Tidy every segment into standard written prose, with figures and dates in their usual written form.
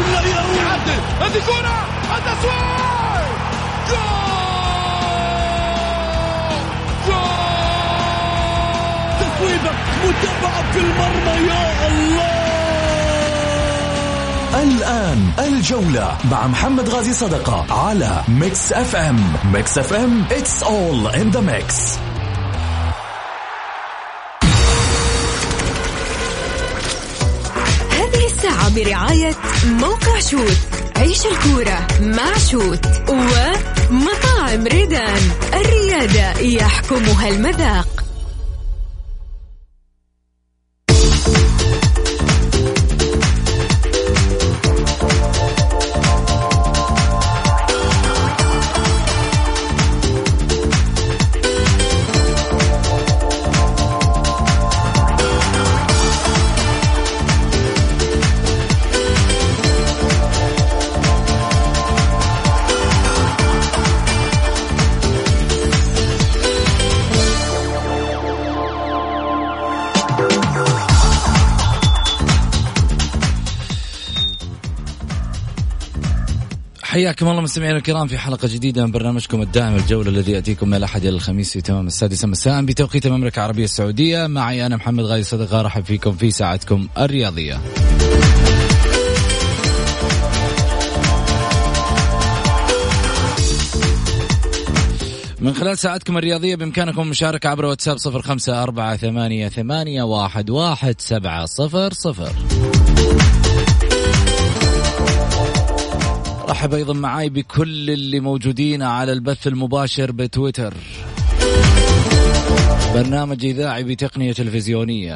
يعدل هذه كرة التسويق جول تسويبة متابعة في المرمى يا الله. الآن الجولة مع محمد غازي صدقة على ميكس اف ام. ميكس اف ام it's all in the mix. هذه الساعة برعاية موقع شوت. عيش الكورة مع شوت ومطاعم ريدان. الريادة يحكمها المذاق. حياكم الله مستمعينا الكرام في حلقة جديدة من برنامجكم الدائم الجولة الذي يأتيكم من الأحد إلى الخميس في تمام 6 مساء بتوقيت المملكة العربية السعودية. معي أنا محمد غازي صدقة، رحب فيكم في ساعتكم الرياضية. من خلال ساعتكم الرياضية بإمكانكم مشاركة عبر واتساب 0548811700. رحب أيضا معاي بكل اللي موجودين على البث المباشر بتويتر، برنامج إذاعي بتقنية تلفزيونية.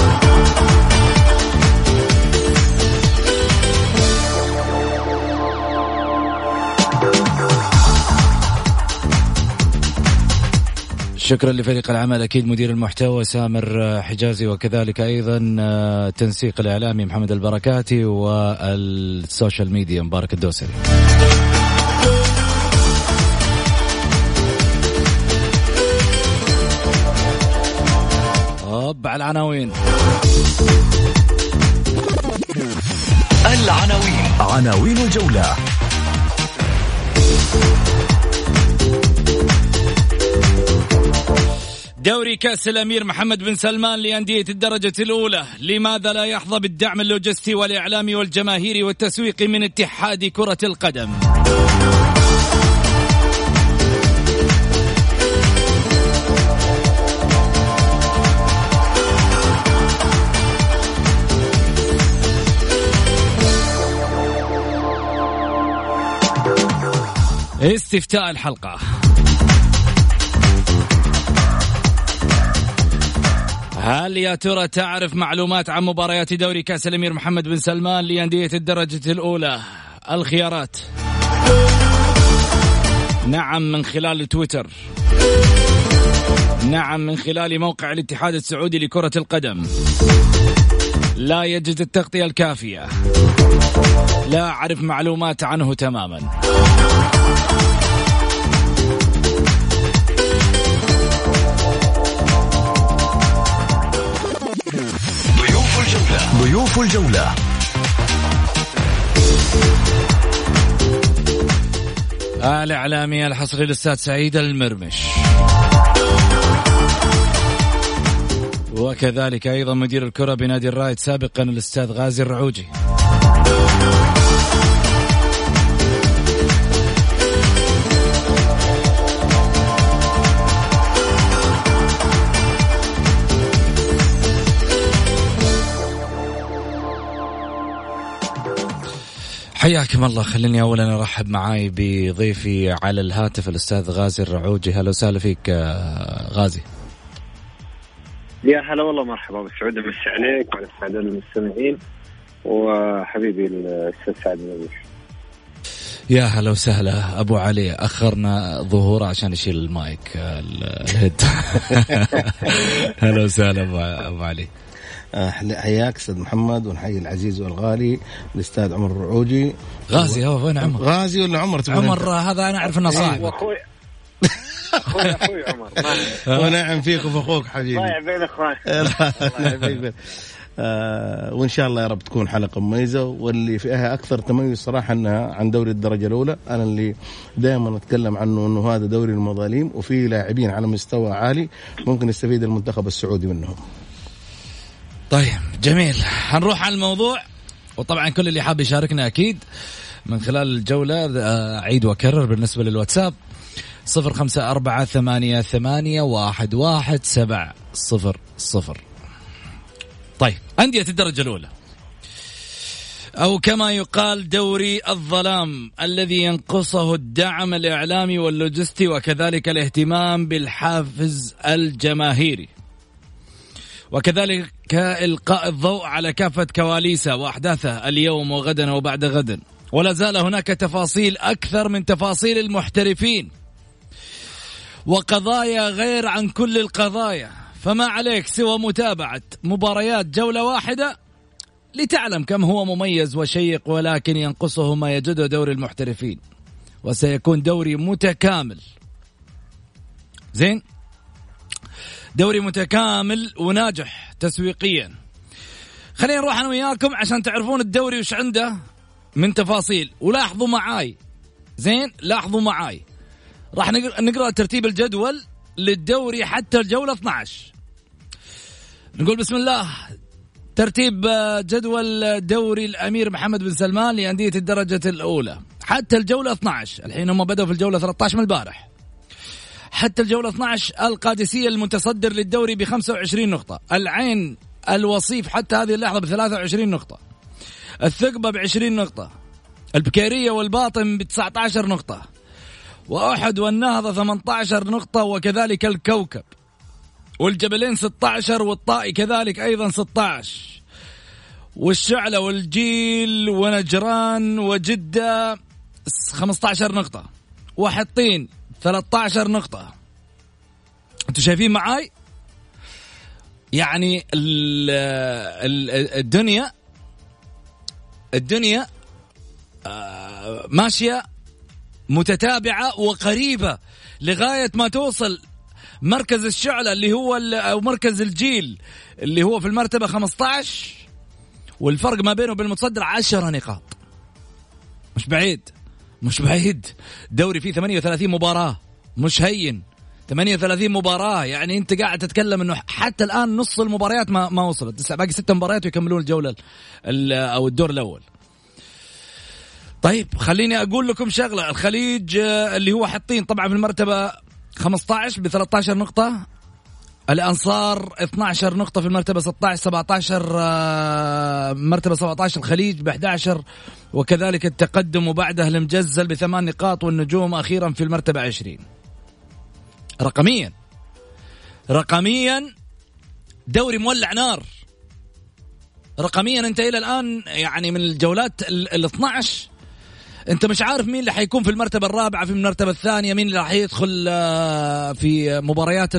شكرا لفريق العمل، أكيد مدير المحتوى سامر حجازي، وكذلك أيضا التنسيق الإعلامي محمد البركاتي، والسوشيال ميديا مبارك الدوسري. على العناوين. عناوين الجولة. دوري كأس الأمير محمد بن سلمان لأندية الدرجة الأولى، لماذا لا يحظى بالدعم اللوجستي والإعلامي والجماهيري والتسويقي من اتحاد كرة القدم؟ استفتاء الحلقة: هل يا ترى تعرف معلومات عن مباريات دوري كأس الأمير محمد بن سلمان لأندية الدرجة الأولى؟ الخيارات: نعم من خلال تويتر، نعم من خلال موقع الاتحاد السعودي لكرة القدم، لا يجد التغطية الكافية، لا أعرف معلومات عنه تماما. ضيوف الجولة. الإعلامي الحصري الأستاذ سعيد المرمش، وكذلك أيضا مدير الكرة بنادي الرائد سابقا الأستاذ غازي الرعوجي. حياكم الله. خليني أولا أرحب معاي بضيفي على الهاتف الأستاذ غازي الرعوجي. هلا وسهلا فيك غازي. يا هلا والله، مرحبا بالسعود، مسي عليك وعلى السعادة المستمعين وحبيبي الأستاذ سعد المرمش. يا هلا وسهلا. أبو علي أخرنا ظهوره عشان يشيل المايك الهيد. هلا وسهلا أبو علي. حياك أستاذ محمد، ونحيي العزيز والغالي الأستاذ عمر الرعوجي. غازي هو وين عمر؟ غازي ولا عمر؟ عمر هذا أنا أعرف إنه صاحب. أخوي عمر. ونعم فيك وفي أخوك حبيبي. ضايع بين أخوان. وإن شاء الله يا رب تكون حلقة مميزة، واللي فيها أكثر تميز صراحة أنها عن دوري الدرجة الأولى. أنا اللي دائما أتكلم عنه أنه هذا دوري المظالم، وفيه لاعبين على مستوى عالي ممكن يستفيد المنتخب السعودي منهم. طيب جميل، هنروح على الموضوع. وطبعا كل اللي حاب يشاركنا أكيد من خلال الجولة أعيد وأكرر بالنسبة للواتساب 0548811700. طيب أندية الدرجة الأولى، أو كما يقال دوري الظلام، الذي ينقصه الدعم الإعلامي واللوجستي وكذلك الاهتمام بالحافز الجماهيري، وكذلك إلقاء الضوء على كافة كواليسه وأحداثه اليوم وغدا وبعد غد. ولا زال هناك تفاصيل أكثر من تفاصيل المحترفين وقضايا غير عن كل القضايا، فما عليك سوى متابعة مباريات جولة واحدة لتعلم كم هو مميز وشيق، ولكن ينقصه ما يجده دوري المحترفين، وسيكون دوري متكامل. زين، دوري متكامل وناجح تسويقيا. خلينا نروح أنا وياكم عشان تعرفون الدوري وش عنده من تفاصيل. ولاحظوا معاي، زين لاحظوا معاي، راح نقرأ ترتيب الجدول للدوري حتى الجولة 12. نقول بسم الله. ترتيب جدول دوري الأمير محمد بن سلمان لأندية الدرجة الأولى حتى الجولة 12. الحين هم بدأوا في الجولة 13 من البارح. حتى الجولة 12 القادسية المتصدر للدوري ب25 نقطة، العين الوصيف حتى هذه اللحظة ب23 نقطة، الثقبة ب20 نقطة، البكيرية والباطن ب19 نقطة، وأحد والنهضة 18 نقطة، وكذلك الكوكب والجبلين 16، والطائي كذلك أيضا 16، والشعلة والجيل ونجران وجدة 15 نقطة، وحطين 13 نقطة. أنتوا شايفين معاي؟ يعني الدنيا ماشية متتابعة وقريبة لغاية ما توصل مركز الشعلة اللي هو أو مركز الجيل اللي هو في المرتبة 15، والفرق ما بينه وبين المتصدر 10 نقاط. مش بعيد. دوري فيه 38 مباراة، مش هين. 38 مباراة، يعني انت قاعد تتكلم انه حتى الآن نص المباريات ما وصلت، باقي 6 مباريات ويكملون الجولة او الدور الأول. طيب خليني أقول لكم شغلة. الخليج اللي هو حاطين طبعا في المرتبة 15 ب13 نقطة، الأنصار 12 نقطة في المرتبة 16، 17 مرتبة 17 الخليج ب11، وكذلك التقدم وبعده المجزل ب8 نقاط، والنجوم أخيرا في المرتبة 20. رقميا دوري مولع نار. رقميا انت إلى الآن يعني من الجولات ال12 انت مش عارف مين اللي حيكون في المرتبة الرابعة، في المرتبة الثانية مين اللي راح يدخل في مباريات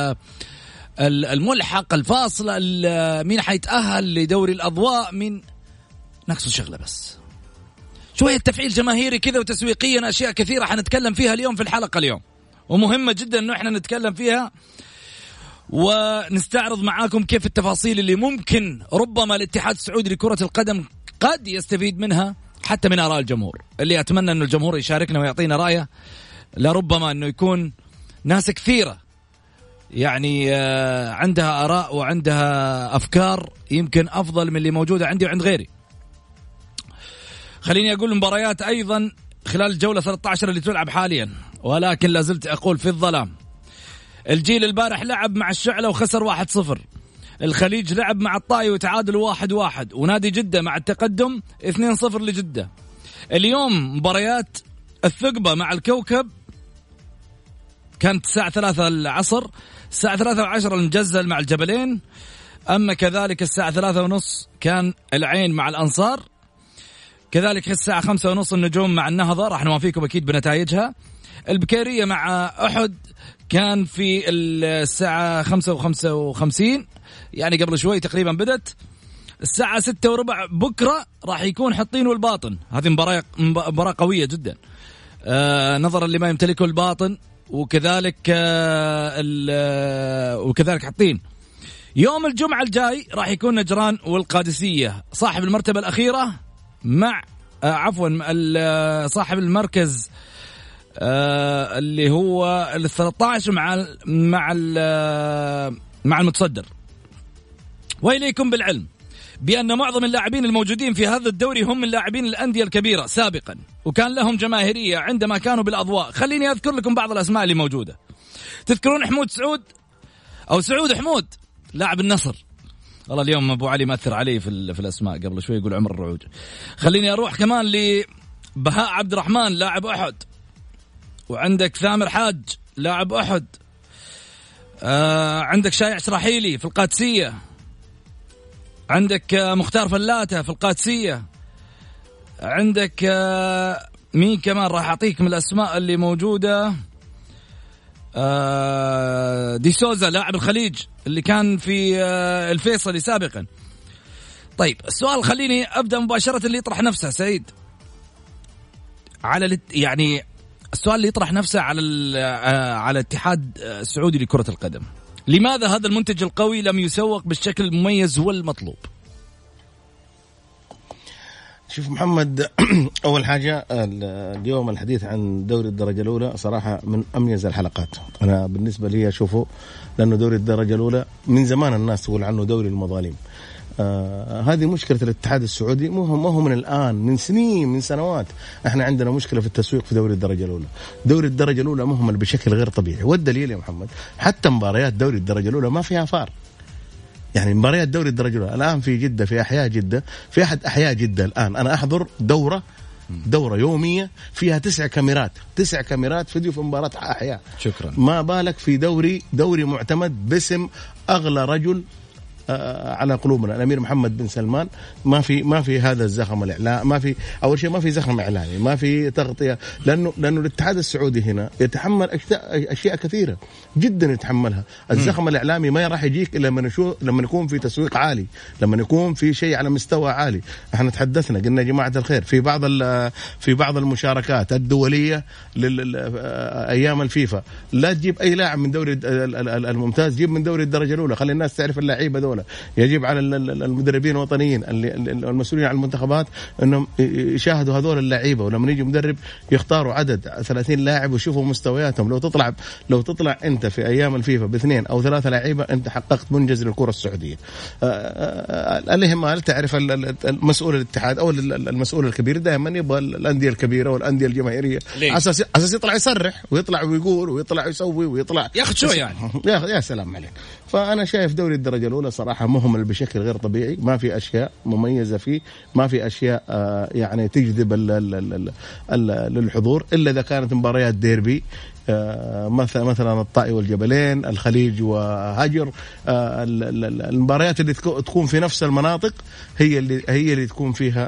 الملحق الفاصلة، مين حيتأهل لدوري الأضواء، مين. نقص شغلة بس شوية تفعيل جماهيري كذا وتسويقيا، أشياء كثيرة حنتكلم فيها اليوم في الحلقة اليوم، ومهمة جدا أنه احنا نتكلم فيها ونستعرض معاكم كيف التفاصيل اللي ممكن ربما الاتحاد السعودي لكرة القدم قد يستفيد منها، حتى من آراء الجمهور، اللي أتمنى أن الجمهور يشاركنا ويعطينا رأيه. لربما أنه يكون ناس كثيرة يعني عندها آراء وعندها أفكار يمكن أفضل من اللي موجودة عندي وعند غيري. خليني أقول المباريات أيضا خلال الجولة 13 اللي تلعب حاليا، ولكن لازلت أقول في الظلام. الجيل البارح لعب مع الشعلة وخسر 1-0. الخليج لعب مع الطائي وتعادل 1-1، ونادي جدة مع التقدم 2-0 لجدة. اليوم مباريات الثقبة مع الكوكب كانت الساعة 3 العصر، الساعة 3:10 المجزل مع الجبلين، أما كذلك الساعة 3:30 كان العين مع الأنصار، كذلك الساعة 5:30 النجوم مع النهضة، راح نوافيكم أكيد بنتائجها. البكيرية مع أحد كان في الساعة 5:55، يعني قبل شوي تقريبا بدت. الساعة 6:15 بكرة راح يكون حطين والباطن، هذه مباراة قوية جدا نظرا لما يمتلكه الباطن، وكذلك حطين يوم الجمعة الجاي راح يكون نجران والقادسية صاحب المرتبة الأخيرة مع صاحب المركز اللي هو 13 مع المتصدر. وإليكم بالعلم بأن معظم اللاعبين الموجودين في هذا الدوري هم من لاعبين الأندية الكبيرة سابقا، وكان لهم جماهيرية عندما كانوا بالأضواء. خليني أذكر لكم بعض الأسماء اللي موجودة. تذكرون حمود سعود أو سعود حمود لاعب النصر؟ والله اليوم أبو علي مأثر علي في الأسماء، قبل شوي يقول عمر الرعوج. خليني أروح كمان لبهاء عبد الرحمن لاعب أحد، وعندك ثامر حاج لاعب أحد، عندك شايع شراحيلي في القادسية، عندك مختار فلاتة في القادسية، عندك مين كمان راح أعطيك من الأسماء اللي موجودة، دي سوزا لاعب الخليج اللي كان في الفيصلي سابقا. طيب السؤال خليني أبدأ مباشرة اللي يطرح نفسه سعيد على يعني السؤال اللي يطرح نفسه على الاتحاد السعودي لكرة القدم. لماذا هذا المنتج القوي لم يسوق بالشكل المميز والمطلوب؟ شوف محمد، أول حاجة اليوم الحديث عن دوري الدرجة الأولى صراحة من أميز الحلقات أنا بالنسبة لي أشوفه، لأنه دوري الدرجة الأولى من زمان الناس تقول عنه دوري المظالم. هذه مشكلة الاتحاد السعودي، ما هو من الآن، من سنين من سنوات احنا عندنا مشكلة في التسويق في دوري الدرجة الأولى. دوري الدرجة الأولى مهمل بشكل غير طبيعي، والدليل يا محمد حتى مباريات دوري الدرجة الأولى ما فيها فار. يعني مباريات دوري الدرجة الأولى الآن في جدة، في أحياء جدة، في أحد أحياء جدة الآن أنا أحضر دورة يومية فيها 9 كاميرات فيديو في مباراة أحياء. شكرا. ما بالك في دوري معتمد باسم أغلى رجل على قلوبنا الأمير محمد بن سلمان. ما في هذا الزخم الإعلامي، ما في، أول شيء ما في زخم إعلامي، ما في تغطية، لأنه الاتحاد السعودي هنا يتحمل أشياء كثيرة جدا يتحملها. الزخم الإعلامي ما راح يجيك إلا لما يكون في تسويق عالي، لما يكون في شيء على مستوى عالي. احنا تحدثنا قلنا يا جماعة الخير في بعض المشاركات الدولية أيام الفيفا لا تجيب أي لاعب من دوري الممتاز، جيب من دوري الدرجة الأولى، خلي الناس تعرف اللعيبة دولة. يجب على المدربين الوطنيين المسؤولين عن المنتخبات انهم يشاهدوا هذول اللعيبه، ولما يجي مدرب يختاروا عدد 30 لاعب ويشوفوا مستوياتهم. لو تطلع انت في ايام الفيفا ب2 أو 3 لعيبه انت حققت منجز للكره السعوديه. الاهمال تعرف المسؤول الاتحاد او المسؤول الكبير دائما يبغى الانديه الكبيره والانديه الجماهيريه اساس يطلع يصرح ويطلع ويقول ويطلع يسوي ويطلع ياخذ شو يعني. يا سلام عليك. فانا شايف دوري الدرجه الاولى صراحة مهمل بشكل غير طبيعي، ما في أشياء مميزة فيه، ما في أشياء يعني تجذب للحضور إلا إذا كانت مباريات ديربي، مثلا الطائي والجبلين، الخليج وهجر. المباريات اللي تكون في نفس المناطق هي اللي تكون فيها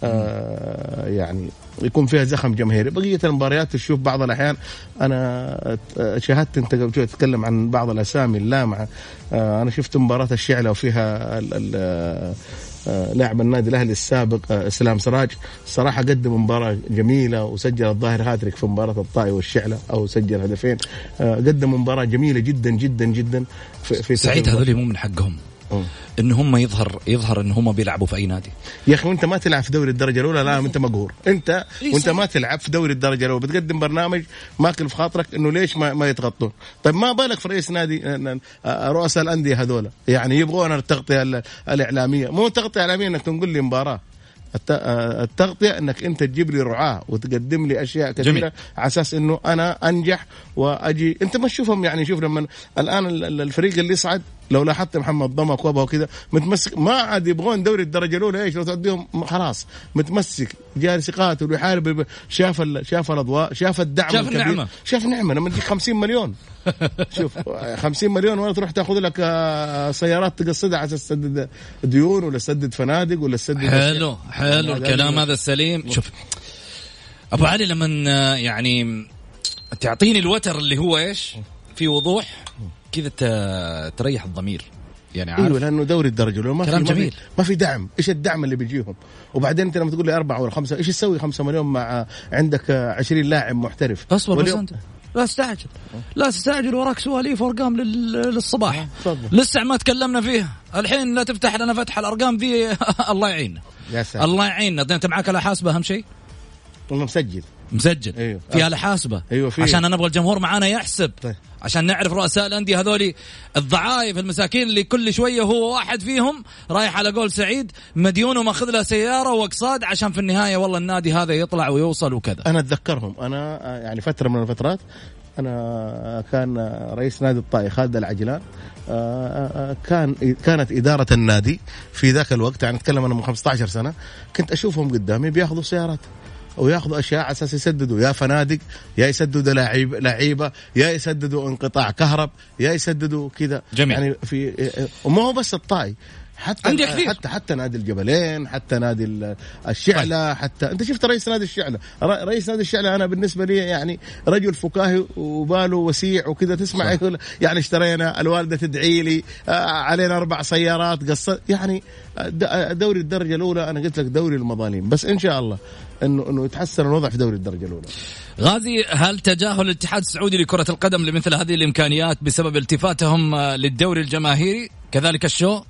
يعني يكون فيها زخم جماهيري. بقية المباريات تشوف بعض الأحيان، أنا شاهدت أنت قبل شوي تتكلم عن بعض الأسامي اللامعة. أنا شفت مباراة الشعلة وفيها لاعب النادي الأهلي السابق اسلام سراج، صراحة قدم مباراة جميلة وسجل الظاهر هاتريك في مباراة الطائي والشعلة أو سجل هدفين. قدم مباراة جميلة جدا جدا جدا. في سعيد هذول مو من حقهم ان هم يظهر ان هم بيلعبوا في اي نادي. يا اخي وانت ما تلعب في دوري الدرجه الاولى لا انت مقهور. انت وانت ما تلعب في دوري الدرجه الاولى بتقدم برنامج ماكل في خاطرك انه ليش ما يتغطون. طيب ما بالك في رئيس نادي رؤساء الانديه هذول يعني يبغون التغطيه الاعلاميه. مو تغطيه اعلاميه انك تنقل لي مباراه، التغطية انك انت تجيب لي رعاة وتقدم لي اشياء كثيرة على اساس انه انا انجح واجي. انت ما تشوفهم يعني. شوف لما الان الفريق اللي يصعد لو لاحظت محمد ضمك وابا وكذا متمسك، ما عاد يبغون دوري الدرجة الأولى. ايش لو توديهم خلاص متمسك جالس يقاتل ويحارب. شاف الاضواء، شاف الدعم، شاف نعمة لما تجيك 50 مليون. شوف 50 مليون ولا تروح تاخذ لك سيارات تقصدها على تسدد ديون ولا تسدد فنادق ولا تسدد. حلو الكلام هذا السليم. شوف ابو علي لما يعني تعطيني الوتر اللي هو ايش في وضوح كذا تريح الضمير يعني. عارف ايوه لانه دوري الدرجه الاولى كلام جميل، ما في دعم. ايش الدعم اللي بيجيهم؟ وبعدين انت لما تقول لي 4 ولا 5 ايش تسوي 5 مليون مع عندك 20 لاعب محترف؟ اصبر بس انت لا تستعجل وراك سواليف وارقام للصباح. لسه ما تكلمنا فيها الحين، لا تفتح لنا فتح الارقام ذي. الله يعيننا الله يعيننا. انت معك على حاسبه اهم شيء مسجل أيوه. فيها الحاسبه. أيوه عشان نبغى الجمهور معانا يحسب. طيب. عشان نعرف رؤساء الأندية هذولي الضعايف المساكين اللي كل شوية هو واحد فيهم رايح على قول سعيد مديون وماخذ له سيارة واقصاد عشان في النهاية والله النادي هذا يطلع ويوصل وكذا. أنا أتذكرهم، أنا يعني فترة من الفترات أنا كان رئيس نادي الطائي خالد العجلان، كانت إدارة النادي في ذاك الوقت، يعني أتكلم أنا من 15 سنة، كنت أشوفهم قدامي بياخذوا سيارات وياخذوا أشياء على أساس يسددوا يا فنادق، يا يسددوا لعيبة، يا يسددوا انقطاع كهرب، يا يسددوا كذا. يعني في وما هو بس الطائي، حتى نادي الجبلين، حتى نادي الشعلة. حتى أنت شفت رئيس نادي الشعلة، رئيس نادي الشعلة أنا بالنسبة لي يعني رجل فكاهي وباله وسيع وكذا، تسمع يقول يعني اشترينا، الوالدة تدعي لي، علينا 4 سيارات قصة. يعني دوري الدرجة الأولى أنا قلت لك دوري المظالم، بس إن شاء الله إنه يتحسن الوضع في دوري الدرجة الأولى. غازي، هل تجاهل الاتحاد السعودي لكرة القدم لمثل هذه الإمكانيات بسبب التفاتهم للدوري الجماهيري كذلك الشو؟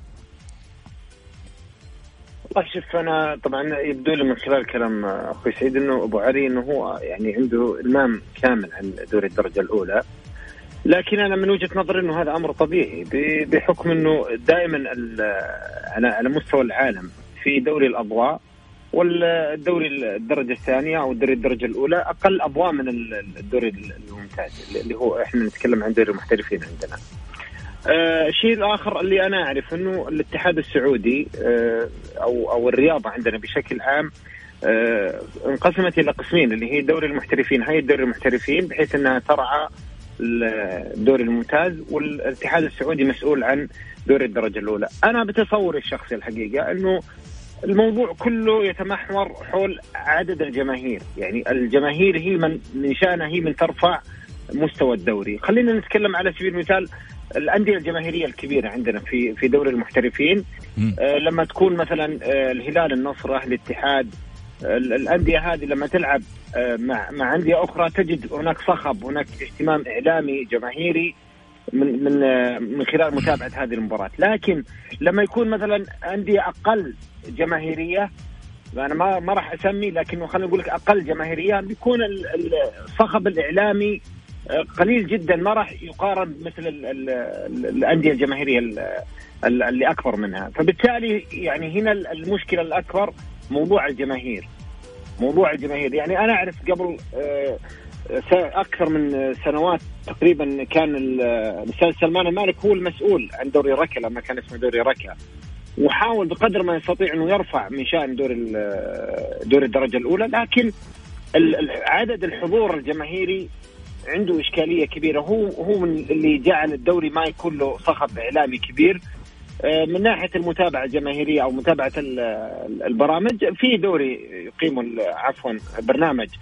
والله شوف، أنا طبعا يبدو لي من خلال كلام أخوي سعيد إنه أبو علي إنه هو يعني عنده إلمام كامل عن دوري الدرجة الأولى، لكن أنا من وجهة نظري إنه هذا أمر طبيعي بحكم إنه دائما على مستوى العالم في دوري الأضواء والدوري الدرجة الثانية أو الدوري الدرجة الأولى أقل أضواء من الدوري الممتاز اللي هو إحنا نتكلم عن دوري المحترفين عندنا. الشيء الآخر اللي أنا أعرف إنه الاتحاد السعودي أو الرياضة عندنا بشكل عام انقسمت إلى قسمين، اللي هي دوري المحترفين، هاي الدوري المحترفين بحيث أنها ترعى الدوري الممتاز، والاتحاد السعودي مسؤول عن دوري الدرجة الأولى. أنا بتصوري الشخصي الحقيقة إنه الموضوع كله يتمحور حول عدد الجماهير، يعني الجماهير هي من شأنها هي من ترفع مستوى الدوري. خلينا نتكلم على سبيل المثال الأندية الجماهيرية الكبيرة عندنا في دوري المحترفين، لما تكون مثلا الهلال، النصر، أهلي، الاتحاد، الأندية هذه لما تلعب مع أندية أخرى تجد هناك صخب، هناك اهتمام إعلامي جماهيري من خلال متابعة هذه المباراة. لكن لما يكون مثلا أندية أقل جماهيرية، أنا ما راح أسمي، لكنه خلينا نقول لك أقل جماهيرية، بيكون الصخب الإعلامي قليل جدا، ما راح يقارن مثل الأندية الجماهيرية اللي أكبر منها. فبالتالي يعني هنا المشكلة الأكبر موضوع الجماهير. يعني أنا أعرف قبل أكثر من سنوات تقريبا كان الأستاذ سلمان المالك هو المسؤول عن دوري ركا لما كان اسمه دوري ركا، وحاول بقدر ما يستطيع أنه يرفع من شأن دوري الدرجة الأولى، لكن عدد الحضور الجماهيري عنده إشكالية كبيرة. هو من اللي جعل الدوري ما يكون له صخب إعلامي كبير من ناحية المتابعة الجماهيرية أو متابعة البرامج. في دوري برنامج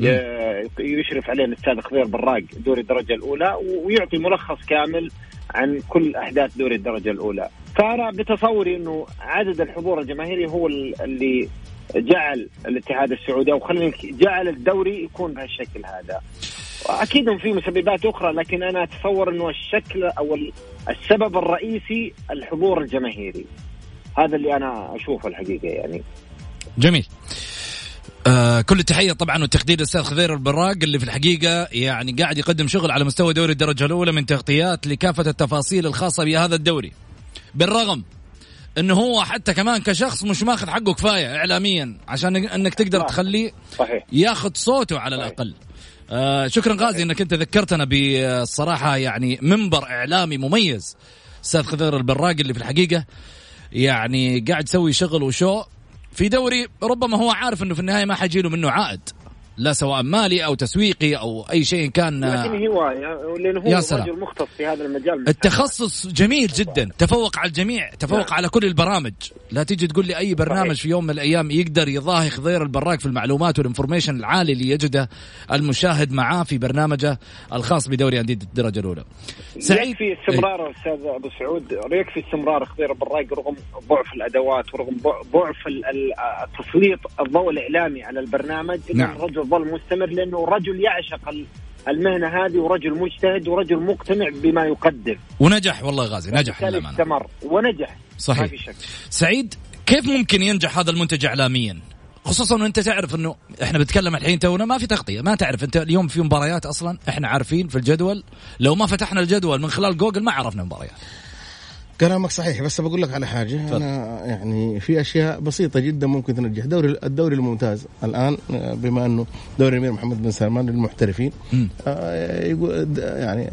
يشرف عليه الأستاذ خضير براق، دوري الدرجة الأولى، ويعطي ملخص كامل عن كل أحداث دوري الدرجة الأولى. فأنا بتصوري أنه عدد الحضور الجماهيري هو اللي جعل الاتحاد السعودي أو خلينا جعل الدوري يكون بهالشكل هذا. أكيد في مسببات أخرى، لكن أنا أتصور أنه الشكل أو السبب الرئيسي الحضور الجماهيري، هذا اللي أنا أشوفه الحقيقة. يعني جميل. كل التحية طبعا والتقدير للأستاذ خضير البراق اللي في الحقيقة يعني قاعد يقدم شغل على مستوى دوري الدرجة الأولى من تغطيات لكافة التفاصيل الخاصة بهذا الدوري، بالرغم انه هو حتى كمان كشخص مش ماخذ حقه كفاية اعلاميا عشان انك تقدر تخليه ياخذ صوته على الاقل. شكرا غازي انك انت ذكرتنا بالصراحة، يعني منبر اعلامي مميز استاذ خضير البراق اللي في الحقيقة يعني قاعد يسوي شغل وشو في دوري ربما هو عارف انه في النهاية ما حيجيله منه عائد، لا سواء مالي او تسويقي او اي شيء كان، لكن هو لانه هو رجل مختص في هذا المجال. التخصص جميل جدا، تفوق على الجميع، تفوق على كل البرامج. لا تيجي تقول لي اي برنامج في يوم من الايام يقدر يضاهي خضير البراق في المعلومات والانفورميشن العالي اللي يجده المشاهد معاه في برنامجه الخاص بدوري أندية الدرجة الأولى. سعيد في استمرار استاذ ابو سعود، يكفي استمرار خضير البراق رغم ضعف الادوات ورغم ضعف التسليط الضوء الاعلامي على البرنامج، انه الرجل ظل مستمر لانه رجل يعشق المهنة هذه ورجل مجتهد ورجل مقتنع بما يقدم. ونجح والله غازي، نجح استمر ونجح صحيح. ما في شك. سعيد، كيف ممكن ينجح هذا المنتج إعلاميا؟ خصوصا وانت تعرف انه احنا بنتكلم الحين تونا ما في تغطية، ما تعرف انت اليوم في مباريات اصلا احنا عارفين في الجدول، لو ما فتحنا الجدول من خلال جوجل ما عرفنا مباريات. كلامك صحيح، بس بقول لك على حاجة. أنا يعني في أشياء بسيطة جدا ممكن تنجح. الدوري الممتاز الآن بما أنه دوري الأمير محمد بن سلمان للمحترفين، يعني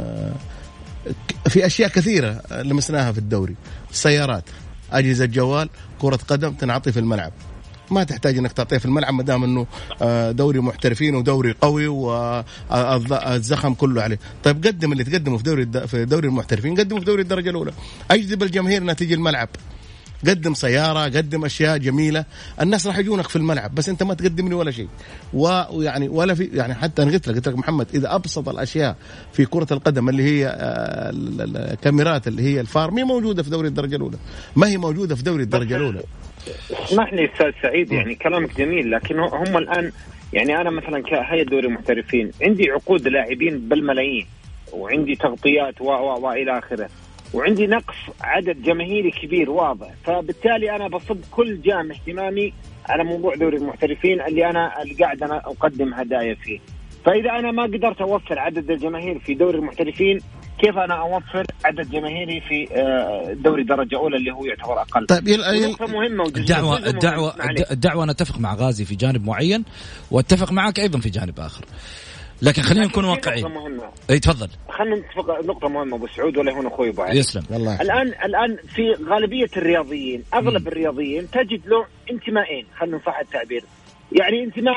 في أشياء كثيرة لمسناها في الدوري. سيارات، أجهزة جوال، كرة قدم تنعطي في الملعب، ما تحتاج انك تعطيه في الملعب ما دام انه دوري محترفين ودوري قوي والزخم كله عليه. طيب قدم اللي تقدمه في دوري المحترفين قدمه في دوري الدرجه الاولى، اجذب الجماهير انها تيجي الملعب، قدم سياره، قدم اشياء جميله، الناس راح يجونك في الملعب، بس انت ما تقدم لي ولا شيء. ويعني ولا في يعني حتى انا قلت لك محمد، اذا ابسط الاشياء في كره القدم اللي هي الكاميرات اللي هي الفار ما موجوده في دوري الدرجه الاولى، ما هي موجوده في دوري الدرجه الاولى. اسمح لي استاذ سعيد، يعني كلامك جميل، لكن هم الان يعني انا مثلا كهيئه دوري المحترفين عندي عقود لاعبين بالملايين، وعندي تغطيات والى اخره، وعندي نقص عدد جماهيري كبير واضح، فبالتالي انا بصب كل جام اهتمامي على موضوع دوري المحترفين اللي قاعد انا اقدم هدايا فيه. فاذا انا ما قدرت اوفر عدد الجماهير في دوري المحترفين، كيف انا اوفر عدد جماهيري في دوري درجه اولى اللي هو يعتبر اقل؟ طيب نقطه مهمه. الدعوه نتفق مع غازي في جانب معين، واتفق معك ايضا في جانب اخر، لكن خلينا نكون واقعيين. اي تفضل. خلينا نتفق نقطه مهمه ابو سعود، ولا هنا اخوي ابو علي. يسلم. الان في غالبيه الرياضيين، اغلب الرياضيين تجد له انتمائين، خلينا نصح التعبير، يعني انتماء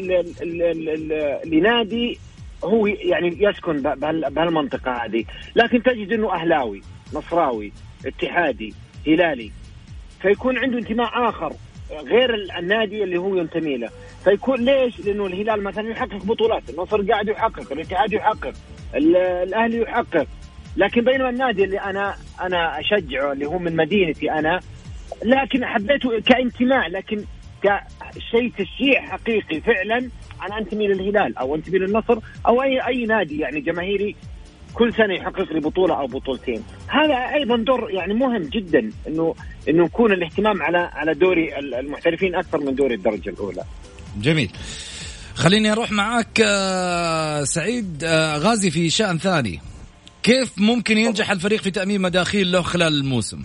لنادي هو يعني يسكن بهالمنطقه هذه، لكن تجد انه اهلاوي، نصراوي، اتحادي، هلالي، فيكون عنده انتماء اخر غير النادي اللي هو ينتمي له. فيكون ليش؟ لانه الهلال مثلا يحقق بطولات، النصر قاعد يحقق، الاتحاد يحقق، الاهلي يحقق، لكن بينما النادي اللي انا اشجعه اللي هو من مدينتي انا، لكن حبيته كانتماء، لكن كشيء تشجيع حقيقي فعلا انا انتمي للهلال او انتمي للنصر او اي نادي يعني جماهيري كل سنه يحقق لي بطوله او بطولتين. هذا ايضا دور يعني مهم جدا، انه يكون الاهتمام على دوري المحترفين اكثر من دوري الدرجه الاولى. جميل. خليني اروح معك سعيد. غازي في شأن ثاني، كيف ممكن ينجح الفريق في تأمين مداخيل له خلال الموسم؟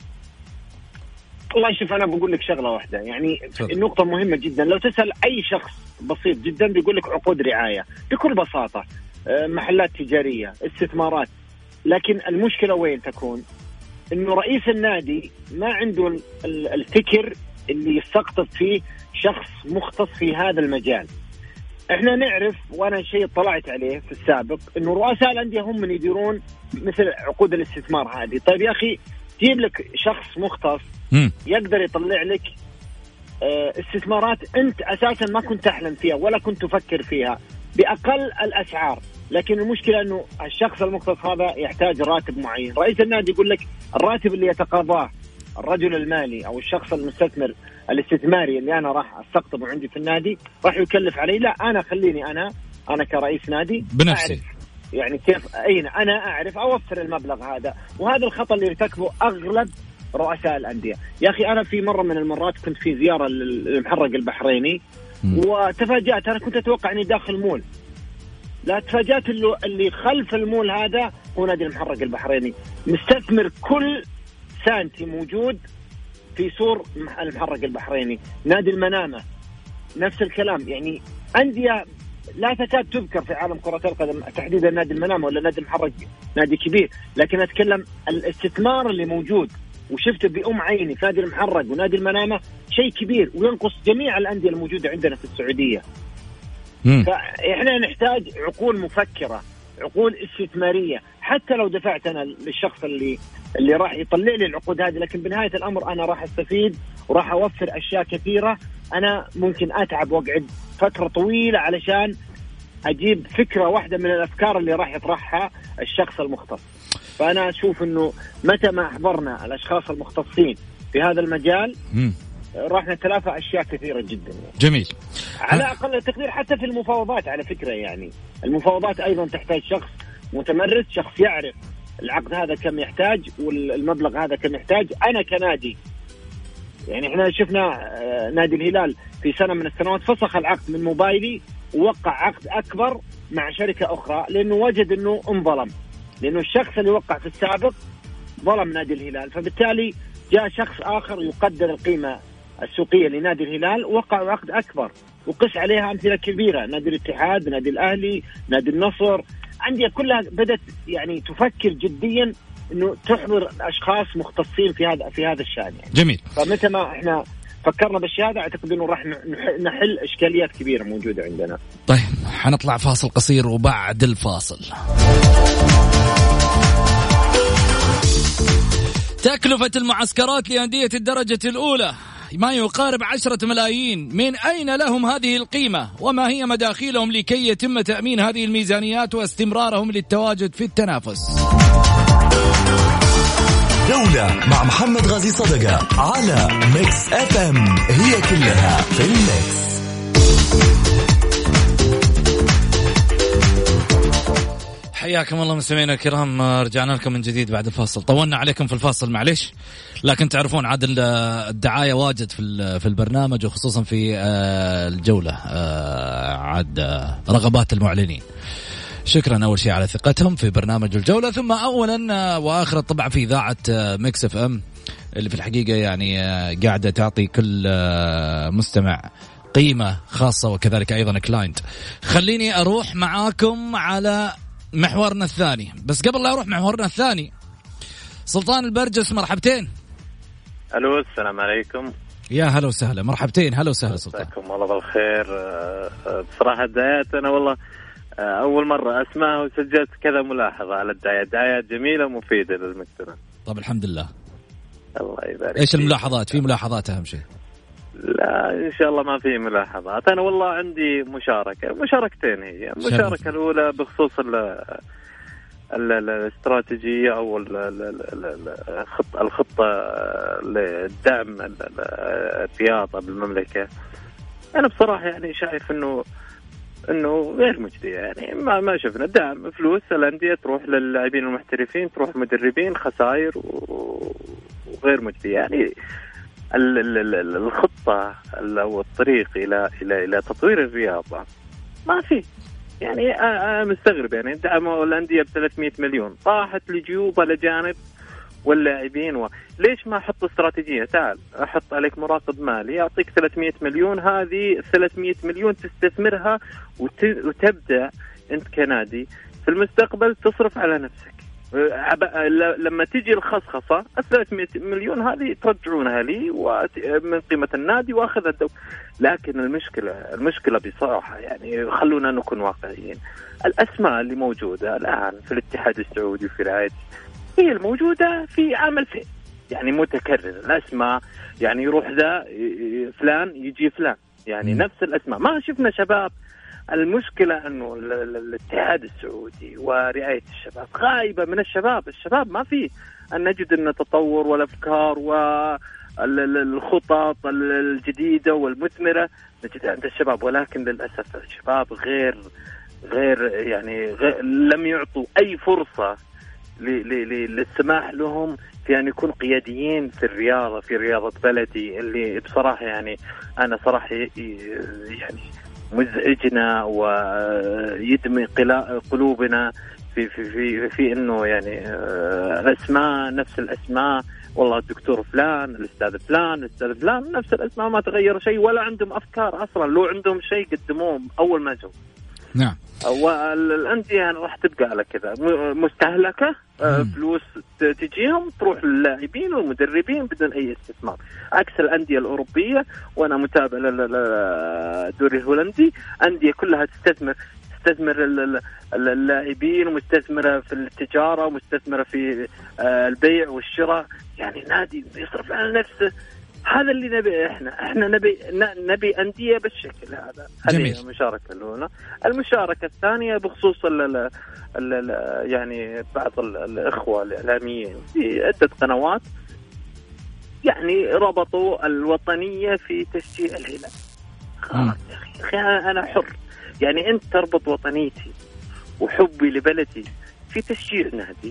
والله شوف، أنا بقول لك شغلة واحدة، يعني النقطة مهمة جدا. لو تسأل أي شخص بسيط جدا بيقول لك عقود رعاية بكل بساطة، محلات تجارية، استثمارات. لكن المشكلة وين تكون؟ إنه رئيس النادي ما عنده الفكر اللي يستقطب فيه شخص مختص في هذا المجال. احنا نعرف، وانا شيء طلعت عليه في السابق، انه رؤساء الانديه هم من يديرون مثل عقود الاستثمار هذه. طيب يا اخي، جيب لك شخص مختص يقدر يطلع لك استثمارات انت اساسا ما كنت تحلم فيها ولا كنت تفكر فيها باقل الاسعار. لكن المشكله انه الشخص المختص هذا يحتاج راتب معين. رئيس النادي يقول لك الراتب اللي يتقاضاه الرجل المالي او الشخص المستثمر الاستثماري اللي انا راح استقطبه عندي في النادي راح يكلف علي. لا، انا خليني انا كرئيس نادي بنفسي أعرف يعني كيف انا اعرف اوفر المبلغ هذا. وهذا الخطأ اللي يرتكبه اغلب رؤساء الانديه. يا اخي، انا في مره من المرات كنت في زياره للمحرق البحريني وتفاجأت. انا كنت اتوقع اني داخل مول، لا تفاجأت اللي خلف المول هذا هو نادي المحرق البحريني، مستثمر كل سانتي موجود في سور المحرق البحريني. نادي المنامة نفس الكلام، يعني أندية لا تكاد تذكر في عالم كرة القدم، تحديدا نادي المنامة ولا نادي المحرق، نادي كبير. لكن أتكلم الاستثمار اللي موجود وشفته بأم عيني في نادي المحرق ونادي المنامة شيء كبير، وينقص جميع الأندية الموجودة عندنا في السعودية. فإحنا نحتاج عقول مفكرة، عقول استثمارية. حتى لو دفعت أنا للشخص اللي راح يطلع لي العقود هذه، لكن بنهاية الأمر أنا راح أستفيد وراح أوفر أشياء كثيرة. أنا ممكن أتعب وأقعد فترة طويلة علشان أجيب فكرة واحدة من الأفكار اللي راح يطرحها الشخص المختص. فأنا أشوف أنه متى ما أحضرنا الأشخاص المختصين في هذا المجال راح نتلافى أشياء كثيرة جدا. جميل. على أقل التقدير حتى في المفاوضات على فكرة، يعني المفاوضات أيضا تحتاج شخص متمرس، شخص يعرف العقد هذا كم يحتاج والمبلغ هذا كم يحتاج. أنا كنادي يعني احنا شفنا نادي الهلال في سنة من السنوات فسخ العقد من موبايلي ووقع عقد أكبر مع شركة أخرى لأنه وجد أنه انظلم، لأنه الشخص اللي وقع في السابق ظلم نادي الهلال، فبالتالي جاء شخص آخر يقدر القيمة السوقية لنادي الهلال ووقع عقد أكبر. وقس عليها أمثلة كبيرة، نادي الاتحاد، نادي الأهلي، نادي النصر، أندية كلها بدأت يعني تفكر جديا إنه تحضر أشخاص مختصين في هذا الشأن يعني. جميل. فمتى ما إحنا فكرنا بالشيء هذا أعتقد إنه راح نحل إشكاليات كبيرة موجودة عندنا. طيب حنطلع فاصل قصير وبعد الفاصل تكلفة المعسكرات لأندية الدرجة الأولى ما يقارب 10 ملايين. من أين لهم هذه القيمة وما هي مداخيلهم لكي يتم تأمين هذه الميزانيات واستمرارهم للتواجد في التنافس؟ جولة مع محمد غازي صدقة على ميكس اف ام، هي كلها في الميكس. حياكم الله مستمعينا الكرام، رجعنا لكم من جديد بعد الفاصل. طولنا عليكم في الفاصل معليش، لكن تعرفون عاد الدعاية واجد في البرنامج وخصوصا في الجولة، عاد رغبات المعلنين. شكرا أول شيء على ثقتهم في برنامج الجولة، ثم أولا وآخرا طبعا في إذاعة ميكس اف ام اللي في الحقيقة يعني قاعدة تعطي كل مستمع قيمة خاصة وكذلك أيضا كلاينت. خليني أروح معاكم على محورنا الثاني، بس قبل لا أروح محورنا الثاني سلطان البرجس، مرحبتين. ألو السلام عليكم. يا هلا وسهلا، مرحبتين، هلا وسهلا سلطان. مساكم الله بالخير. بصراحة الدعايات أنا والله أول مرة أسمعها وسجلت كذا ملاحظة على الدعايات، دعايات جميلة ومفيدة للمجتمع. طب الحمد لله. الله يبارك. إيش الملاحظات؟ في ملاحظات أهم شيء؟ لا إن شاء الله ما في ملاحظات. أنا والله عندي مشاركتين. هي المشاركة الأولى بخصوص الاستراتيجية أو الخطة لدعم الرياضة بالمملكة. أنا بصراحة يعني شايف إنه غير مجدي، يعني ما شفنا دعم فلوس الأندية تروح للاعبين المحترفين، تروح مدربين، خسائر وغير مجدي. يعني الخطة أو الطريق إلى تطوير الرياضة ما في. يعني أنا مستغرب، يعني دعموا الأندية ب300 مليون طاحت لجيوب الأجانب واللاعبين. ليش ما أحط استراتيجية؟ تعال أحط عليك مراقب مالي يعطيك 300 مليون، هذه 300 مليون تستثمرها وتبدأ أنت كنادي في المستقبل تصرف على نفسك. لما تيجي الخصخصة 300 مليون هذه ترجعونها لي من قيمة النادي وأخذ الدو. لكن المشكلة بصراحة يعني خلونا نكون واقعيين. الأسماء اللي موجودة الآن في الاتحاد السعودي وفي رعاية هي الموجودة في عمل فيه، يعني متكرر الأسماء، يعني يروح ذا فلان يجي فلان، يعني نفس الأسماء. ما شفنا شباب. المشكلة أنه الاتحاد السعودي ورعاية الشباب غايبة من الشباب ما فيه أن نجد أن تطور والأفكار والخطط الجديدة والمثمرة نجد عند الشباب، ولكن للأسف الشباب غير يعني لم يعطوا أي فرصة للسماح لهم في أن يكون قياديين في الرياضة، في رياضة بلدي اللي بصراحة يعني أنا صراحة يعني مزعجنا ويدمي قلوبنا في إنه يعني الأسماء نفس الأسماء. والله الدكتور فلان، الأستاذ فلان نفس الأسماء، ما تغير شيء ولا عندهم أفكار أصلا. لو عندهم شيء قدموه أول ما جو. نعم. والأندية راح تبقى على كذا مستهلكة، فلوس تجيهم تروح للاعبين والمدربين بدون أي استثمار، عكس الأندية الأوروبية. وأنا متابع للدوري الهولندي، أندية كلها تستثمر اللاعبين ومستثمرة في التجارة ومستثمرة في البيع والشراء، يعني نادي يصرف على نفسه. هذا اللي نبي احنا نبي أندية بالشكل هذا. هذه المشاركة الأولى. المشاركة الثانية بخصوص يعني بعض الإخوة الإعلاميين في عدة قنوات يعني ربطوا الوطنية في تشجيع الهلال. خلاص يا أخي أنا حر، يعني أنت تربط وطنيتي وحبي لبلدي في تشجيع نادي.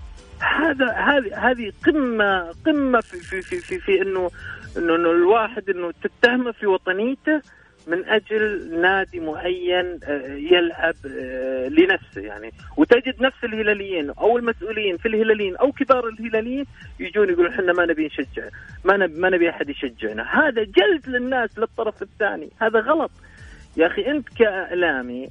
هذه قمة في إنه الواحد إنه تتهمه في وطنيته من أجل نادي معين يلعب لنفسه يعني. وتجد نفس الهلاليين أو المسؤولين في الهلاليين أو كبار الهلاليين يجون يقولون إحنا ما نبي نشجع، ما نبي أحد يشجعنا. هذا جلد للناس للطرف الثاني، هذا غلط يا أخي. أنت كإعلامي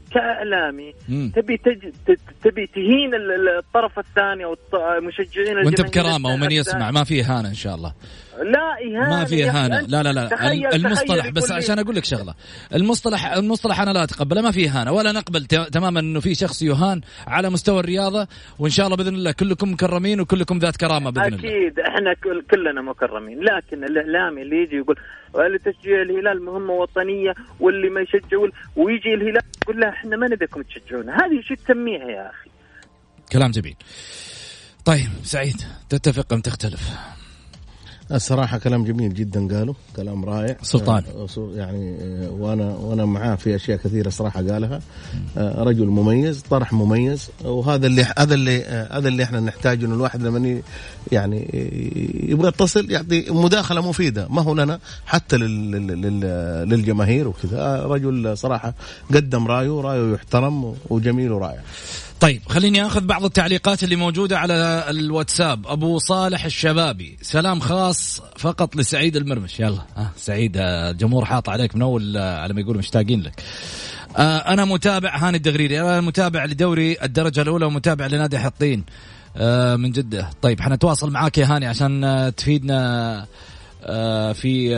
تبي تهين الطرف الثاني أو المشجعين وأنت بكرامة ومن يسمع ما فيه إهانة إن شاء الله. لا إهانة، ما فيه إهانة، لا المصطلح بس عشان أقول لك شغلة، المصطلح أنا لا أتقبله، ما فيه إهانة ولا نقبل تماما إنه في شخص يهان على مستوى الرياضة. وإن شاء الله بإذن الله كلكم مكرمين وكلكم ذات كرامة بإذن الله. أكيد إحنا كلنا مكرمين، لكن الإعلامي اللي يجي يقول تشجيع الهلال مهمة وطنية واللي ما يشجعوا ويجي الهلال يقول لا إحنا ما نبيكم تشجعونا، هذه شو تسميها يا أخي؟ كلام جميل. طيب سعيد، تتفق أم تختلف؟ الصراحة كلام جميل جدا قالوا، كلام رائع سلطان يعني، وأنا معاه في أشياء كثيرة صراحة قالها. رجل مميز، طرح مميز، وهذا اللي إحنا نحتاج، إنه الواحد لما يعني يبغى يتصل يعطي مداخلة مفيدة، ما هو لنا حتى للجماهير وكذا. رجل صراحة قدم رأيه يحترم وجميل ورائع. طيب خليني أخذ بعض التعليقات اللي موجودة على الواتساب. أبو صالح الشبابي، سلام خاص فقط لسعيد المرمش. يلا سعيد، الجمهور حاط عليك من أول على ما يقولوا مشتاقين لك. أنا متابع، هاني الدغريري، أنا متابع لدوري الدرجة الأولى ومتابع لنادي حطين من جدة. طيب حنتواصل معاك يا هاني عشان تفيدنا في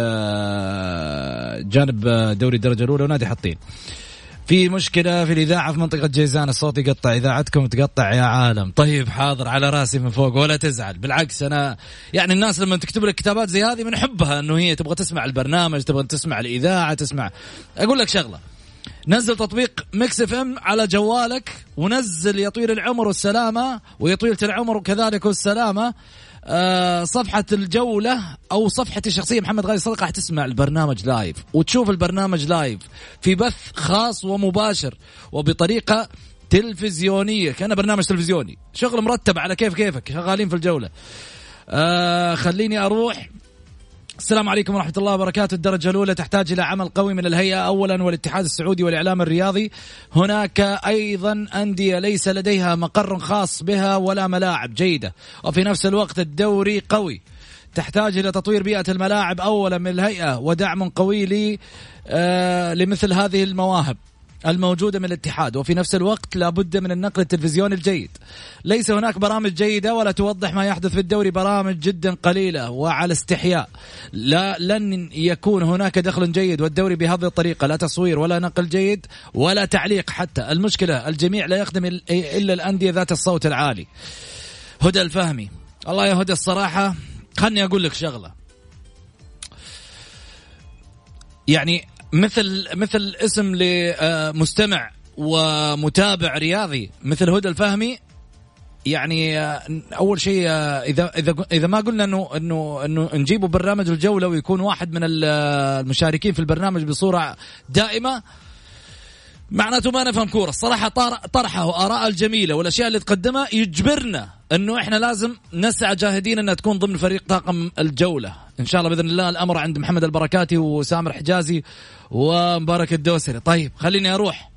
جانب دوري الدرجة الأولى ونادي حطين. في مشكلة في الإذاعة في منطقة جيزان، الصوت يقطع، إذاعتكم تقطع يا عالم. طيب حاضر، على راسي من فوق ولا تزعل، بالعكس أنا يعني الناس لما تكتب لك كتابات زي هذه بنحبها، إنه هي تبغى تسمع البرنامج، تبغى تسمع الإذاعة، تسمع. أقول لك شغلة، نزل تطبيق ميكس اف ام على جوالك، ونزل يا طويل العمر والسلامة ويا طويلة العمر وكذلك والسلامة صفحة الجولة أو صفحتي الشخصية محمد غازي صدقة، راح تسمع البرنامج لايف وتشوف البرنامج لايف في بث خاص ومباشر وبطريقة تلفزيونية، كأنه برنامج تلفزيوني، شغل مرتب على كيفك، شغالين في الجولة. خليني أروح. السلام عليكم ورحمة الله وبركاته. الدرجة الأولى تحتاج إلى عمل قوي من الهيئة أولا والاتحاد السعودي والإعلام الرياضي. هناك أيضا أندية ليس لديها مقر خاص بها ولا ملاعب جيدة، وفي نفس الوقت الدوري قوي، تحتاج إلى تطوير بيئة الملاعب أولا من الهيئة ودعم قوي لمثل هذه المواهب الموجودة من الاتحاد، وفي نفس الوقت لابد من النقل التلفزيوني الجيد. ليس هناك برامج جيدة ولا توضح ما يحدث في الدوري، برامج جدا قليلة وعلى استحياء. لن يكون هناك دخل جيد والدوري بهذه الطريقة، لا تصوير ولا نقل جيد ولا تعليق حتى. المشكلة الجميع لا يخدم إلا الأندية ذات الصوت العالي. هدى الفهمي، الله يا هدى، الصراحة خلني أقول لك شغلة، يعني مثل اسم لمستمع ومتابع رياضي مثل هدى الفهمي، يعني اول شيء اذا ما قلنا انه نجيبه برنامج الجولة ويكون واحد من المشاركين في البرنامج بصورة دائمة، معناته ما نفهم كورة. الصراحة طرحه وآراء الجميلة والأشياء اللي تقدمها يجبرنا أنه إحنا لازم نسعى جاهدين أنها تكون ضمن فريق طاقم الجولة إن شاء الله بإذن الله. الأمر عند محمد البركاتي وسامر حجازي ومبارك الدوسري. طيب خليني أروح.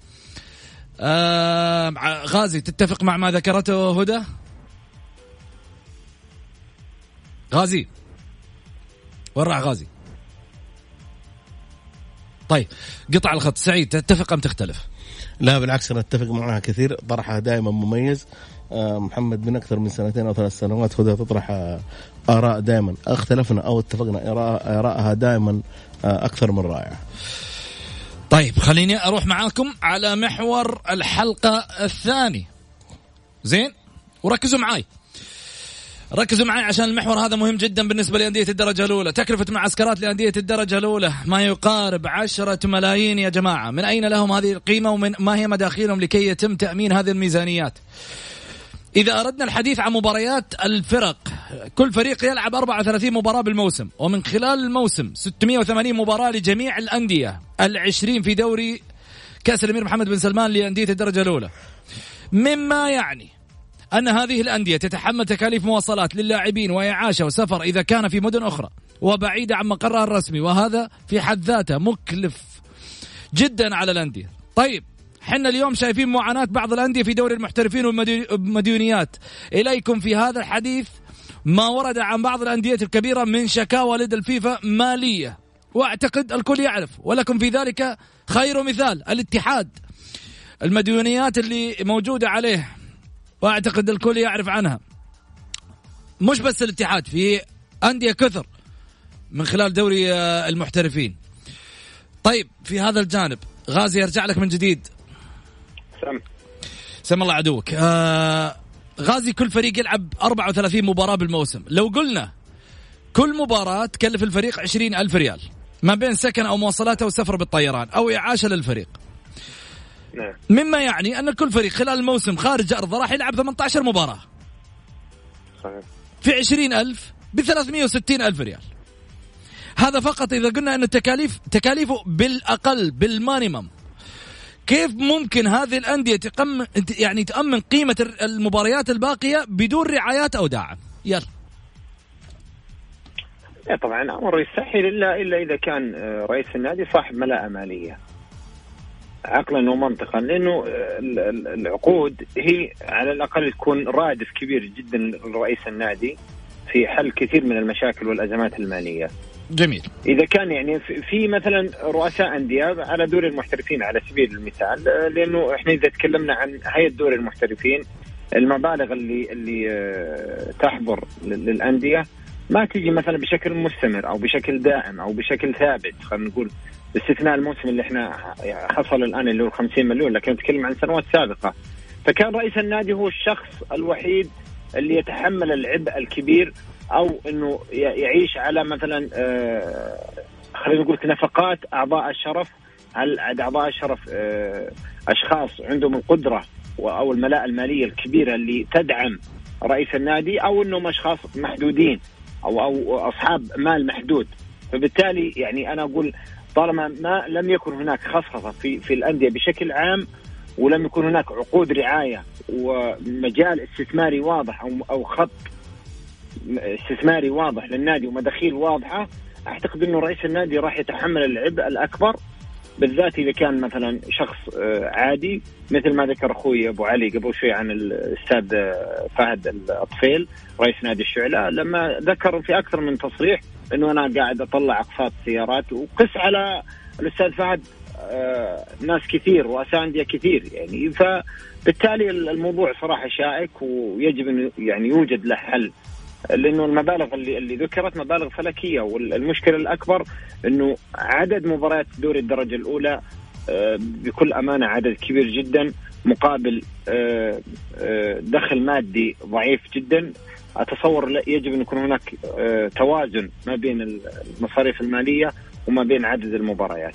غازي، تتفق مع ما ذكرته هدى؟ غازي ورع غازي. طيب قطع الخط. سعيد، تتفق أم تختلف؟ لا بالعكس، أنا أتفق معها كثير، طرحها دائما مميز. محمد من أكثر من 2 أو 3 سنوات هدى تطرح آراء دائما، اختلفنا أو اتفقنا آراءها دائما أكثر من رائعة. طيب خليني أروح معاكم على محور الحلقة الثاني. زين، وركزوا معاي عشان المحور هذا مهم جدا بالنسبة لأندية الدرجة الأولى. تكلفة معسكرات لأندية الدرجة الأولى ما يقارب 10 ملايين يا جماعة. من أين لهم هذه القيمة ومن ما هي مداخيلهم لكي يتم تأمين هذه الميزانيات؟ إذا أردنا الحديث عن مباريات الفرق كل فريق يلعب 34 مباراة بالموسم، ومن خلال الموسم 680 مباراة لجميع الأندية 20 في دوري كأس الأمير محمد بن سلمان لأندية الدرجة الأولى، مما يعني أن هذه الأندية تتحمل تكاليف مواصلات للاعبين وإعاشة وسفر إذا كان في مدن أخرى وبعيدة عن مقرها الرسمي، وهذا في حد ذاته مكلف جدا على الأندية. طيب حنا اليوم شايفين معاناة بعض الأندية في دوري المحترفين والمديونيات. إليكم في هذا الحديث ما ورد عن بعض الأندية الكبيرة من شكاوى لدى الفيفا مالية، وأعتقد الكل يعرف، ولكم في ذلك خير مثال الاتحاد، المديونيات اللي موجودة عليه وأعتقد الكل يعرف عنها. مش بس الاتحاد، في أندية كثر من خلال دوري المحترفين. طيب في هذا الجانب غازي يرجع لك من جديد. سم الله عدوك. غازي كل فريق يلعب 34 مباراة بالموسم، لو قلنا كل مباراة تكلف الفريق 20,000 ريال ما بين سكن أو مواصلات أو سفر بالطيران أو إعاشة للفريق، مما يعني أن كل فريق خلال الموسم خارج أرضه راح يلعب 18 مباراة في 20,000 ب360,000 ريال. هذا فقط إذا قلنا أن تكاليفه بالأقل بالمانيمم. كيف ممكن هذه الأندية تأمن قيمة المباريات الباقية بدون رعايات أو دعم؟ يلا. طبعا أمر يستحيل إلا إذا كان رئيس النادي صاحب ملاءة مالية عقلا ومنطقا، لأنه العقود هي على الأقل تكون رادف كبير جدا لرئيس النادي في حل كثير من المشاكل والأزمات المالية. جميل. إذا كان يعني في مثلا رؤساء أندية على دوري المحترفين على سبيل المثال، لأنه إحنا إذا تكلمنا عن هيئة دوري المحترفين المبالغ اللي تحضر للأندية ما تيجي مثلا بشكل مستمر أو بشكل دائم أو بشكل ثابت، خلينا نقول باستثناء الموسم اللي إحنا حصل الآن اللي هو 50 مليون، لكن نتكلم عن سنوات سابقة. فكان رئيس النادي هو الشخص الوحيد اللي يتحمل العبء الكبير، أو إنه يعيش على مثلا خلينا نقول نفقات أعضاء الشرف. هل أعضاء الشرف أشخاص عندهم القدرة أو الملاءة المالية الكبيرة اللي تدعم رئيس النادي، أو إنهم أشخاص محدودين أو أصحاب مال محدود؟ فبالتالي يعني أنا أقول طالما ما لم يكن هناك خصخصة في الأندية بشكل عام، ولم يكن هناك عقود رعاية ومجال استثماري واضح أو خط استثماري واضح للنادي ومداخيل واضحة، أعتقد أنه رئيس النادي راح يتحمل العبء الأكبر، بالذات إذا كان مثلا شخص عادي مثل ما ذكر أخوي أبو علي قبل شوي عن الأستاذ فهد الأطفيل رئيس نادي الشعلة، لما ذكر في أكثر من تصريح أنه أنا قاعد أطلع أقساط سيارات، وقس على الأستاذ فهد ناس كثير رؤساء أندية كثير يعني. فبالتالي الموضوع صراحة شائك ويجب أن يعني يوجد له حل، لأنه المبالغ اللي ذكرت مبالغ فلكية، والمشكلة الأكبر أنه عدد مباريات دوري الدرجة الأولى بكل أمانة عدد كبير جدا مقابل دخل مادي ضعيف جدا. أتصور يجب أن يكون هناك توازن ما بين المصاريف المالية وما بين عدد المباريات.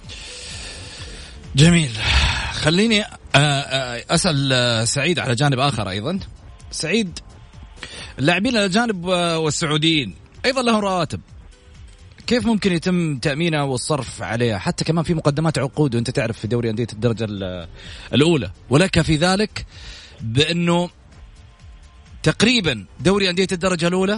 جميل. خليني أسأل سعيد على جانب آخر أيضا. سعيد، اللاعبين الأجانب والسعوديين أيضا لهم رواتب، كيف ممكن يتم تأمينها والصرف عليها؟ حتى كمان في مقدمات عقود، وأنت تعرف في دوري أندية الدرجة الأولى، ولك في ذلك بأنه تقريبا دوري أندية الدرجة الأولى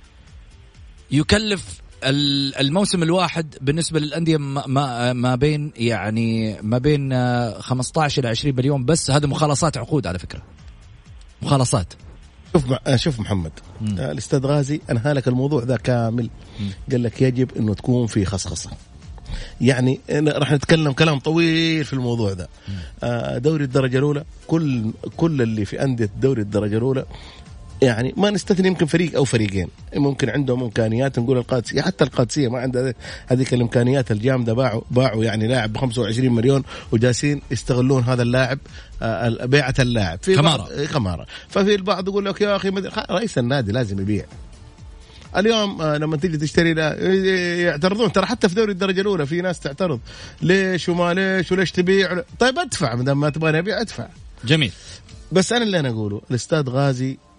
يكلف الموسم الواحد بالنسبة للأندية ما بين 15 إلى 20 مليون بس. هذا مخالصات عقود على فكرة، مخالصات. شوف محمد، الأستاذ غازي أنهى لك الموضوع ذا كامل. قال لك يجب أنه تكون في خصخصة، يعني راح نتكلم كلام طويل في الموضوع ذا. دوري الدرجة الأولى كل اللي في أندية دوري الدرجة الأولى يعني ما نستثني يمكن فريق أو فريقين ممكن عندهم إمكانيات، نقول القادسية، حتى القادسية ما عندها هذيك الإمكانيات الجامدة، باعوا يعني لاعب ب25 مليون وجالسين يستغلون هذا اللاعب، بيعة اللاعب في خمارة. ففي البعض يقول لك يا أخي رئيس النادي لازم يبيع. اليوم لما تيجي تشتري يعترضون، ترى حتى في دوري الدرجة الأولى في ناس تعترض، ليش وما ليش وليش تبيع؟ طيب ادفع، مدام ما تبغاني أبيع ادفع. جميل. بس أنا اللي أنا أقوله الأستاذ غازي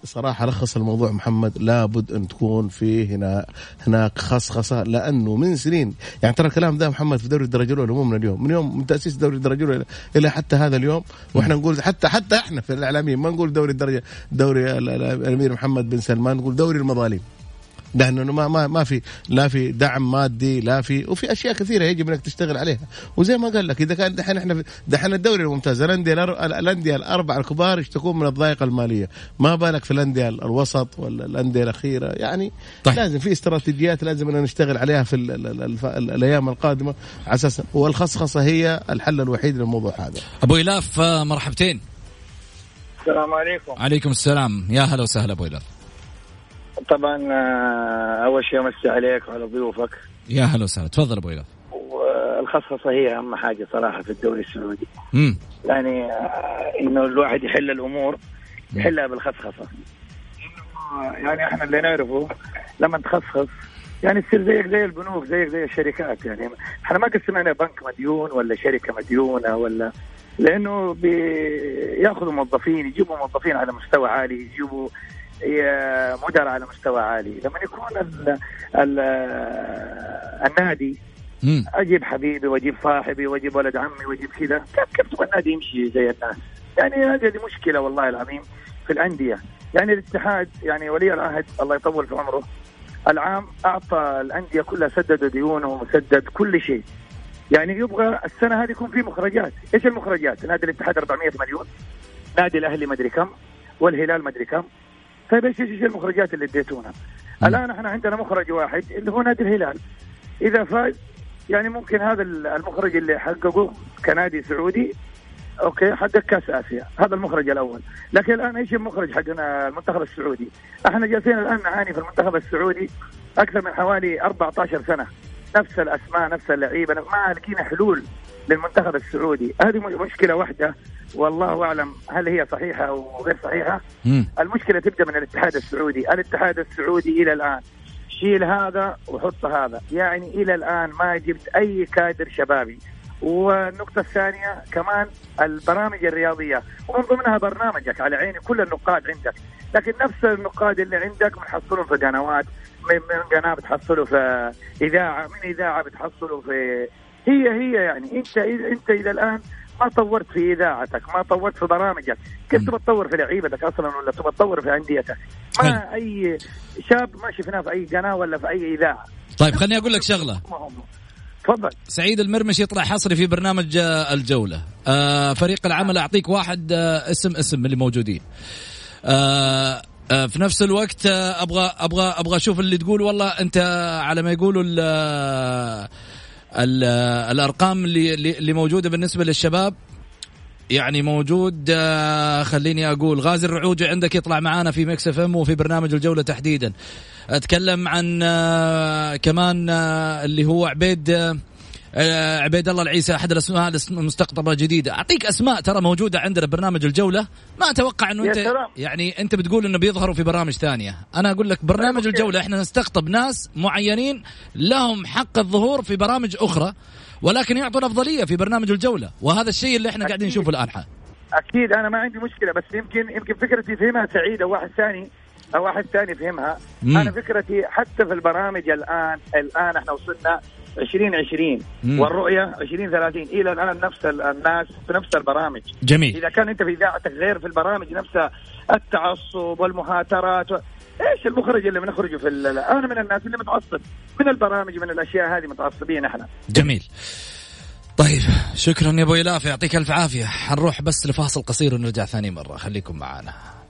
صراحة لخص الموضوع محمد، لابد أن تكون في هناك خصخصة، لأنه من سنين يعني ترى الكلام ده محمد في دوري الدرجة الأولى مو من اليوم، من تأسيس دوري الدرجة الأولى إلى حتى هذا اليوم، وإحنا نقول حتى إحنا في الإعلاميين ما نقول دوري الدرجة دوري الأمير محمد بن سلمان، نقول دوري المظالم، لأنه ما في لا في دعم مادي لا في، وفي أشياء كثيرة يجب أنك تشتغل عليها. وزي ما قال لك إذا كان دحين الدوري الممتاز الأندية الأربع الكبار يشتكون من الضائقة المالية، ما بالك في الأندية الوسط ولا الأندية الأخيرة يعني. طيب. لازم في استراتيجيات لازم أن نشتغل عليها في الأيام القادمة على أساس، والخصخصة هي الحل الوحيد للموضوع هذا. أبو إلاف مرحبتين. السلام عليكم. عليكم السلام، يا هلا وسهلا أبو إلاف. طبعا أول شيء أمسي عليك وعلى ضيوفك. يا هلا وسهلا، تفضل أبو إلاف. والخصخصة هي أهم حاجة صراحة في الدوري السعودي. يعني إنه الواحد يحل الأمور يحلها بالخصخصة. يعني إحنا اللي نعرفه لما تخصخص يعني تصير زيك زي البنوك، زيك زي الشركات. يعني إحنا ما قسمنا بنك مديون ولا شركة مديونة ولا، لأنه بيأخذوا موظفين، يجيبوا موظفين على مستوى عالي، يجيبوا مدراء على مستوى عالي. لما يكون النادي أجيب حبيبي وأجيب صاحبي وأجيب ولد عمي وأجيب كذا، كيف تبغى النادي يمشي زي الناس؟ يعني هذه مشكلة والله العظيم في الأندية. يعني الاتحاد يعني ولي العهد الله يطول في عمره العام أعطى الأندية كلها، سدد ديونه وسدد كل شيء. يعني يبغى السنة هذه يكون في مخرجات. إيش المخرجات؟ نادي الاتحاد 400 مليون، نادي الأهلي مدري كم، والهلال مدري كم. طيب ايش المخرجات اللي اديتونا؟ الان احنا عندنا مخرج واحد اللي هو نادي الهلال، اذا فاز يعني ممكن هذا المخرج اللي حققه كنادي سعودي اوكي حقق كاس اسيا، هذا المخرج الاول. لكن الان ايش المخرج حقنا المنتخب السعودي؟ احنا جالسين الان نعاني في المنتخب السعودي اكثر من حوالي 14 سنه، نفس الاسماء نفس اللعيبه، ما لقينا حلول للمنتخب السعودي. هذه مشكله واحده والله أعلم هل هي صحيحة أو غير صحيحة. المشكلة تبدأ من الاتحاد السعودي. الاتحاد السعودي إلى الآن شيل هذا وحط هذا، يعني إلى الآن ما جبت أي كادر شبابي. والنقطة الثانية كمان البرامج الرياضية، ومن ضمنها برنامجك على عيني، كل النقاد عندك، لكن نفس النقاد اللي عندك بنحصلهم في قنوات، من قناة بتحصله في إذاعة، من إذاعة بتحصله في هي يعني أنت إلى الآن ما طورت في إذاعتك، ما طورت في برامجك، كيف تبغى تطور في لعيبتك أصلا ولا تبغى تطور في أنديتك؟ ما أي شاب ما شفناه في أي قناة ولا في أي إذاعة. طيب خليني أقول لك شغلة. تفضل. سعيد المرمش يطلع حصري في برنامج الجولة. فريق العمل أعطيك واحد اسم من اللي موجودين. في نفس الوقت أبغى أشوف اللي تقول والله أنت على ما يقولوا الأرقام اللي موجودة بالنسبة للشباب. يعني موجود خليني أقول غازي الرعوجي عندك يطلع معانا في ميكس اف ام وفي برنامج الجولة تحديدا. أتكلم عن كمان اللي هو عبيد الله العيسى، أحد الأسماء المستقطبة جديدة. أعطيك أسماء ترى موجودة عندنا برنامج الجولة، ما أتوقع أنه أنت يعني أنت بتقول أنه بيظهروا في برامج ثانية. أنا أقول لك برنامج الجولة إحنا نستقطب ناس معينين لهم حق الظهور في برامج أخرى، ولكن يعطون أفضلية في برنامج الجولة، وهذا الشيء اللي إحنا قاعدين نشوفه الآن. أكيد أنا ما عندي مشكلة، بس يمكن فكرتي فهمها سعيد أو واحد ثاني فهمها. أنا فكرتي حتى في البرامج الآن إحنا وصلنا 2020 والرؤية 2030 إلى الآن نفس الناس في نفس البرامج. جميل. إذا كان أنت في إذاعتك غير في البرامج نفسها التعصب والمهاترات إيش المخرج اللي بنخرجه في أنا من الناس اللي متعصب من البرامج، من الأشياء هذه متعصبين إحنا. جميل. طيب شكرا يا أبو إلاف، يعطيك ألف عافية. حنروح بس لفاصل قصير ونرجع ثاني مرة، خليكم معنا.